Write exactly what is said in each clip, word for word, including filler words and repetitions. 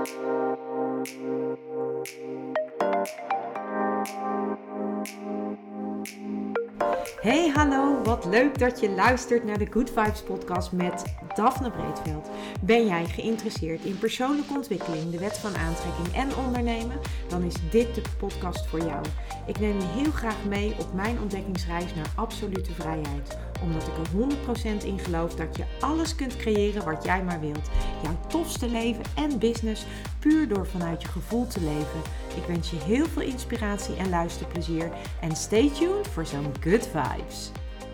Hey, hallo, wat leuk dat je luistert naar de Good Vibes podcast met Daphne Breedveld. Ben jij geïnteresseerd in persoonlijke ontwikkeling, de wet van aantrekking en ondernemen? Dan is dit de podcast voor jou. Ik neem je heel graag mee op mijn ontdekkingsreis naar absolute vrijheid. Omdat ik er honderd procent in geloof dat je alles kunt creëren wat jij maar wilt. Jouw tofste leven en business puur door vanuit je gevoel te leven. Ik wens je heel veel inspiratie en luisterplezier. En stay tuned voor zo'n good vibes.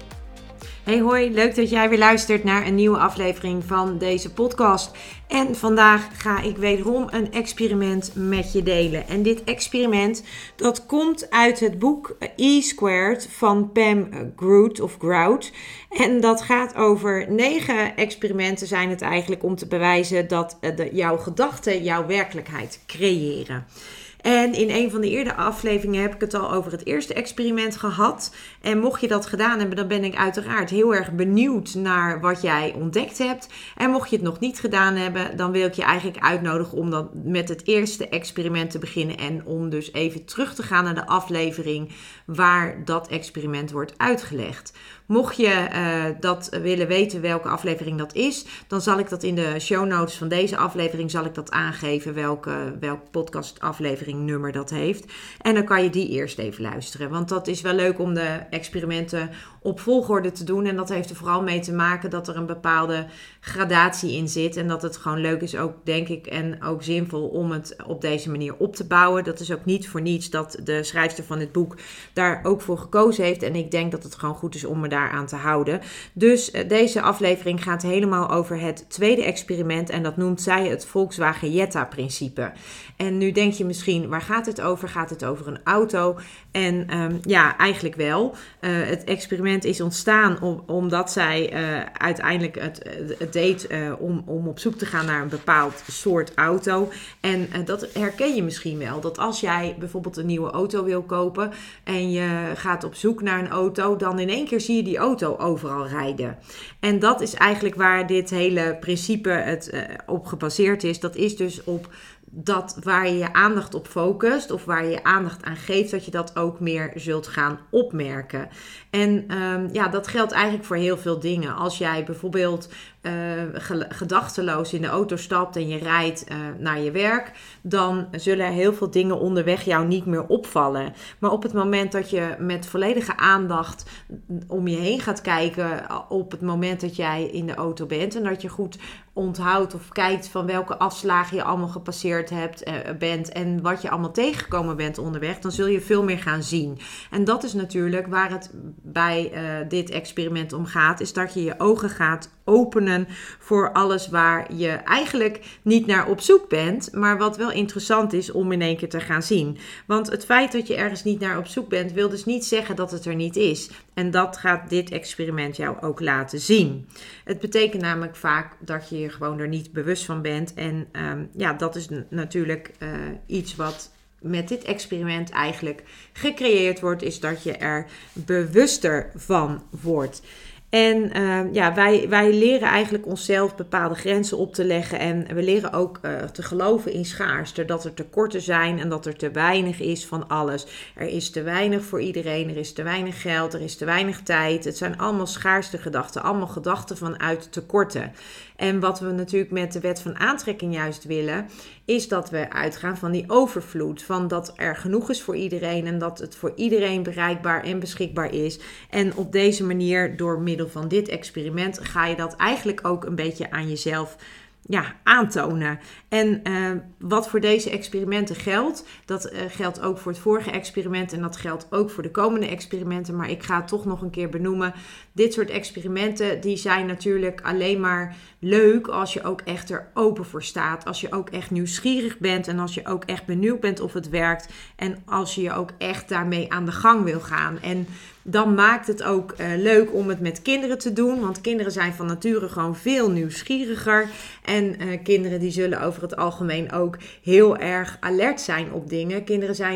Hey hoi, leuk dat jij weer luistert naar een nieuwe aflevering van deze podcast. En vandaag ga ik wederom een experiment met je delen. En dit experiment, dat komt uit het boek E Squared van Pam Grout of Grout. En dat gaat over negen experimenten zijn het eigenlijk om te bewijzen dat de, jouw gedachten jouw werkelijkheid creëren. En in een van de eerdere afleveringen heb ik het al over het eerste experiment gehad. En mocht je dat gedaan hebben, dan ben ik uiteraard heel erg benieuwd naar wat jij ontdekt hebt. En mocht je het nog niet gedaan hebben, dan wil ik je eigenlijk uitnodigen om dan met het eerste experiment te beginnen. En om dus even terug te gaan naar de aflevering waar dat experiment wordt uitgelegd. Mocht je uh, dat willen weten welke aflevering dat is, dan zal ik dat in de show notes van deze aflevering zal ik dat aangeven welke, welk podcast aflevering nummer dat heeft. En dan kan je die eerst even luisteren. Want dat is wel leuk om de experimenten op volgorde te doen. En dat heeft er vooral mee te maken dat er een bepaalde gradatie in zit. En dat het gewoon leuk is ook, denk ik, en ook zinvol om het op deze manier op te bouwen. Dat is ook niet voor niets dat de schrijfster van het boek daar ook voor gekozen heeft. En ik denk dat het gewoon goed is om me daar aan te houden. Dus uh, deze aflevering gaat helemaal over het tweede experiment. En dat noemt zij het Volkswagen Jetta-principe. En nu denk je misschien, waar gaat het over? Gaat het over een auto? En um, ja, eigenlijk wel. Uh, het experiment is ontstaan om, omdat zij uh, uiteindelijk het, het deed uh, om, om op zoek te gaan naar een bepaald soort auto. En uh, dat herken je misschien wel. Dat als jij bijvoorbeeld een nieuwe auto wil kopen en je gaat op zoek naar een auto, dan in één keer zie je die auto overal rijden. En dat is eigenlijk waar dit hele principe het, uh, op gebaseerd is. Dat is dus op dat waar je je aandacht op focust of waar je je aandacht aan geeft, dat je dat ook meer zult gaan opmerken. En um, ja, dat geldt eigenlijk voor heel veel dingen. Als jij bijvoorbeeld uh, ge- gedachteloos in de auto stapt en je rijdt uh, naar je werk, dan zullen er heel veel dingen onderweg jou niet meer opvallen. Maar op het moment dat je met volledige aandacht om je heen gaat kijken, op het moment dat jij in de auto bent en dat je goed onthoudt of kijkt van welke afslagen je allemaal gepasseerd hebt, uh, bent en wat je allemaal tegengekomen bent onderweg, dan zul je veel meer gaan zien. En dat is natuurlijk waar het bij uh, dit experiment om gaat, is dat je je ogen gaat openen voor alles waar je eigenlijk niet naar op zoek bent, maar wat wel interessant is om in één keer te gaan zien. Want het feit dat je ergens niet naar op zoek bent, wil dus niet zeggen dat het er niet is. En dat gaat dit experiment jou ook laten zien. Het betekent namelijk vaak dat je je gewoon er niet bewust van bent. En um, ja, dat is n- natuurlijk uh, iets wat met dit experiment eigenlijk gecreëerd wordt, is dat je er bewuster van wordt. En uh, ja, wij, wij leren eigenlijk onszelf bepaalde grenzen op te leggen. En we leren ook uh, te geloven in schaarste. Dat er tekorten zijn en dat er te weinig is van alles. Er is te weinig voor iedereen. Er is te weinig geld. Er is te weinig tijd. Het zijn allemaal schaarste gedachten. Allemaal gedachten vanuit tekorten. En wat we natuurlijk met de wet van aantrekking juist willen, is dat we uitgaan van die overvloed. Van dat er genoeg is voor iedereen en dat het voor iedereen bereikbaar en beschikbaar is. En op deze manier, door middel van dit experiment, ga je dat eigenlijk ook een beetje aan jezelf ja, aantonen. En uh, wat voor deze experimenten geldt, dat uh, geldt ook voor het vorige experiment en dat geldt ook voor de komende experimenten. Maar ik ga het toch nog een keer benoemen. Dit soort experimenten, die zijn natuurlijk alleen maar leuk als je ook echt er open voor staat. Als je ook echt nieuwsgierig bent en als je ook echt benieuwd bent of het werkt. En als je je ook echt daarmee aan de gang wil gaan. En dan maakt het ook uh, leuk om het met kinderen te doen. Want kinderen zijn van nature gewoon veel nieuwsgieriger. En uh, kinderen die zullen over het algemeen ook heel erg alert zijn op dingen. Kinderen zijn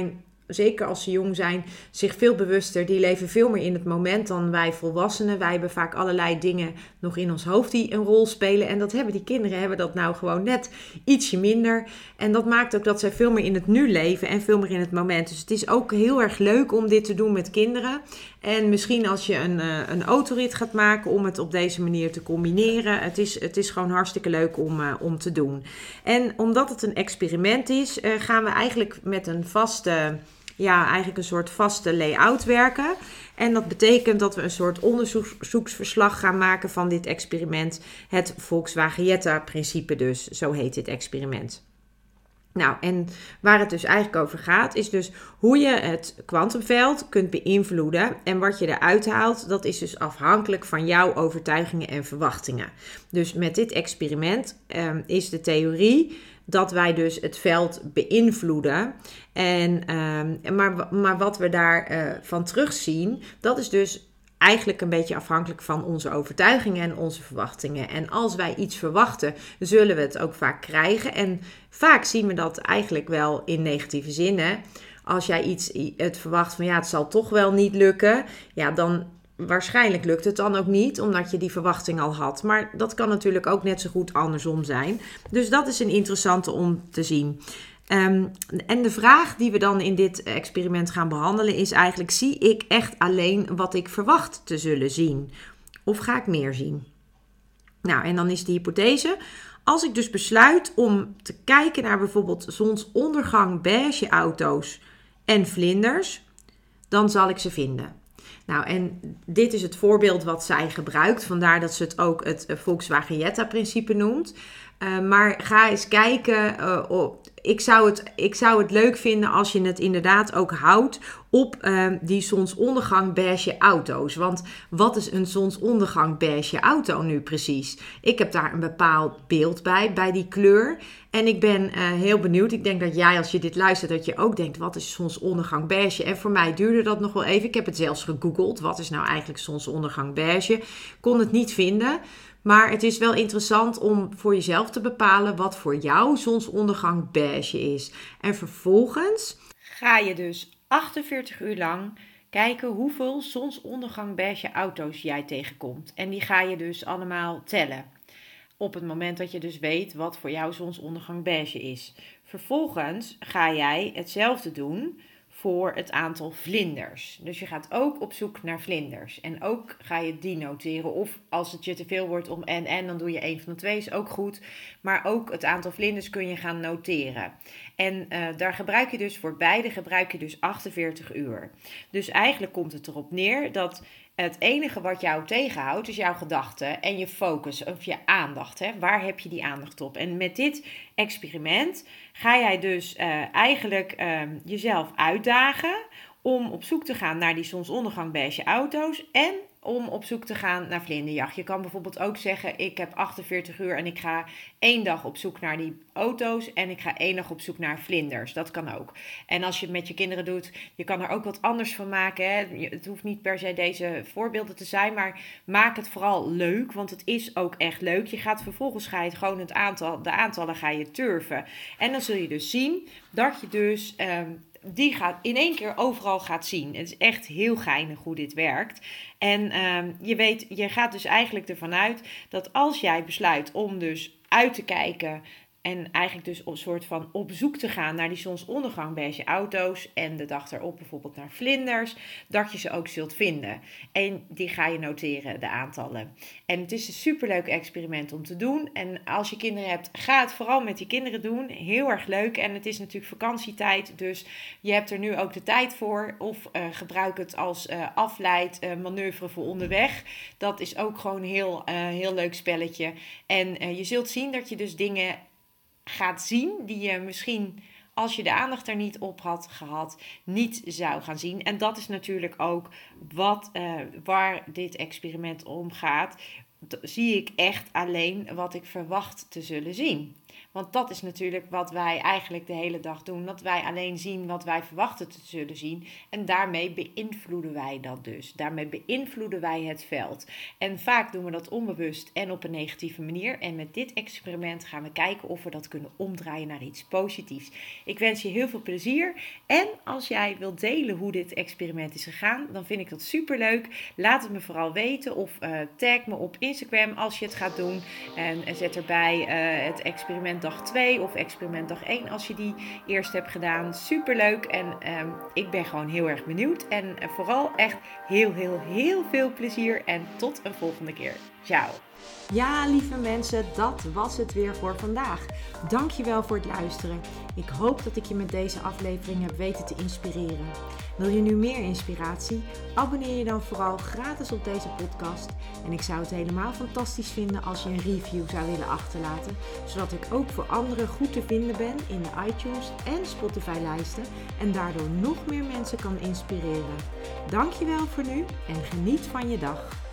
zeker als ze jong zijn, zich veel bewuster. Die leven veel meer in het moment dan wij volwassenen. Wij hebben vaak allerlei dingen nog in ons hoofd die een rol spelen. En dat hebben die kinderen hebben dat nou gewoon net ietsje minder. En dat maakt ook dat zij veel meer in het nu leven en veel meer in het moment. Dus het is ook heel erg leuk om dit te doen met kinderen. En misschien als je een, uh, een autorit gaat maken om het op deze manier te combineren. Het is, het is gewoon hartstikke leuk om, uh, om te doen. En omdat het een experiment is, uh, gaan we eigenlijk met een vaste, ja, eigenlijk een soort vaste layout werken. En dat betekent dat we een soort onderzoeksverslag gaan maken van dit experiment. Het Volkswagen Jetta-principe dus, zo heet dit experiment. Nou, en waar het dus eigenlijk over gaat, is dus hoe je het kwantumveld kunt beïnvloeden. En wat je eruit haalt, dat is dus afhankelijk van jouw overtuigingen en verwachtingen. Dus met dit experiment um, is de theorie dat wij dus het veld beïnvloeden. En, um, maar, maar wat we daarvan uh, van terugzien, dat is dus eigenlijk een beetje afhankelijk van onze overtuigingen en onze verwachtingen. En als wij iets verwachten, zullen we het ook vaak krijgen. En vaak zien we dat eigenlijk wel in negatieve zin. Hè? Als jij iets het verwacht van ja, het zal toch wel niet lukken. Ja, dan waarschijnlijk lukt het dan ook niet, omdat je die verwachting al had. Maar dat kan natuurlijk ook net zo goed andersom zijn. Dus dat is een interessante om te zien. Um, en de vraag die we dan in dit experiment gaan behandelen is eigenlijk: zie ik echt alleen wat ik verwacht te zullen zien? Of ga ik meer zien? Nou, en dan is de hypothese: als ik dus besluit om te kijken naar bijvoorbeeld zonsondergang, beige auto's en vlinders, dan zal ik ze vinden. Nou, en dit is het voorbeeld wat zij gebruikt. Vandaar dat ze het ook het Volkswagen Jetta-principe noemt. Uh, maar ga eens kijken. Uh, op, ik, zou het, ik zou het leuk vinden als je het inderdaad ook houdt op uh, die zonsondergang beige auto's. Want wat is een zonsondergang beige auto nu precies? Ik heb daar een bepaald beeld bij, bij die kleur. En ik ben uh, heel benieuwd. Ik denk dat jij, als je dit luistert, dat je ook denkt: wat is zonsondergang beige? En voor mij duurde dat nog wel even. Ik heb het zelfs gegoogeld. Wat is nou eigenlijk zonsondergang beige? Kon het niet vinden. Maar het is wel interessant om voor jezelf te bepalen wat voor jou zonsondergang beige is. En vervolgens ga je dus achtenveertig uur lang kijken hoeveel zonsondergang beige auto's jij tegenkomt. En die ga je dus allemaal tellen. Op het moment dat je dus weet wat voor jou zonsondergang beige is. Vervolgens ga jij hetzelfde doen voor het aantal vlinders. Dus je gaat ook op zoek naar vlinders. En ook ga je die noteren. Of als het je te veel wordt om en en, dan doe je één van de twee, is ook goed. Maar ook het aantal vlinders kun je gaan noteren. En uh, daar gebruik je dus voor beide gebruik je dus achtenveertig uur. Dus eigenlijk komt het erop neer dat het enige wat jou tegenhoudt is jouw gedachten en je focus of je aandacht. Hè? Waar heb je die aandacht op? En met dit experiment ga jij dus uh, eigenlijk uh, jezelf uitdagen om op zoek te gaan naar die zonsondergang beige auto's en om op zoek te gaan naar vlinderjacht. Je kan bijvoorbeeld ook zeggen: ik heb achtenveertig uur en ik ga één dag op zoek naar die auto's en ik ga één dag op zoek naar vlinders. Dat kan ook. En als je het met je kinderen doet, je kan er ook wat anders van maken. Hè? Het hoeft niet per se deze voorbeelden te zijn, maar maak het vooral leuk, want het is ook echt leuk. Je gaat vervolgens ga je het gewoon het aantal, de aantallen ga je turven. En dan zul je dus zien dat je dus Um, die gaat in één keer overal gaat zien. Het is echt heel geinig hoe dit werkt. En um, je weet, je gaat dus eigenlijk ervan uit dat als jij besluit om dus uit te kijken en eigenlijk dus een soort van op zoek te gaan naar die zonsondergang beige auto's en de dag erop bijvoorbeeld naar vlinders, dat je ze ook zult vinden. En die ga je noteren, de aantallen. En het is een superleuk experiment om te doen. En als je kinderen hebt, ga het vooral met die kinderen doen. Heel erg leuk. En het is natuurlijk vakantietijd, dus je hebt er nu ook de tijd voor. Of uh, gebruik het als uh, afleid uh, manoeuvre voor onderweg. Dat is ook gewoon een heel, uh, heel leuk spelletje. En uh, je zult zien dat je dus dingen gaat zien die je misschien, als je de aandacht er niet op had gehad, niet zou gaan zien. En dat is natuurlijk ook wat, uh, waar dit experiment om gaat. D- zie ik echt alleen wat ik verwacht te zullen zien. Want dat is natuurlijk wat wij eigenlijk de hele dag doen. Dat wij alleen zien wat wij verwachten te zullen zien. En daarmee beïnvloeden wij dat dus. Daarmee beïnvloeden wij het veld. En vaak doen we dat onbewust en op een negatieve manier. En met dit experiment gaan we kijken of we dat kunnen omdraaien naar iets positiefs. Ik wens je heel veel plezier. En als jij wilt delen hoe dit experiment is gegaan, dan vind ik dat superleuk. Laat het me vooral weten of uh, tag me op Instagram als je het gaat doen. En, en zet erbij uh, het experiment dag twee of experiment dag één als je die eerst hebt gedaan. Superleuk en um, ik ben gewoon heel erg benieuwd. En uh, vooral echt heel, heel, heel veel plezier en tot een volgende keer. Ciao! Ja, lieve mensen, dat was het weer voor vandaag. Dankjewel voor het luisteren. Ik hoop dat ik je met deze aflevering heb weten te inspireren. Wil je nu meer inspiratie? Abonneer je dan vooral gratis op deze podcast. En ik zou het helemaal fantastisch vinden als je een review zou willen achterlaten, zodat ik ook voor anderen goed te vinden ben in de iTunes en Spotify lijsten en daardoor nog meer mensen kan inspireren. Dankjewel voor nu en geniet van je dag.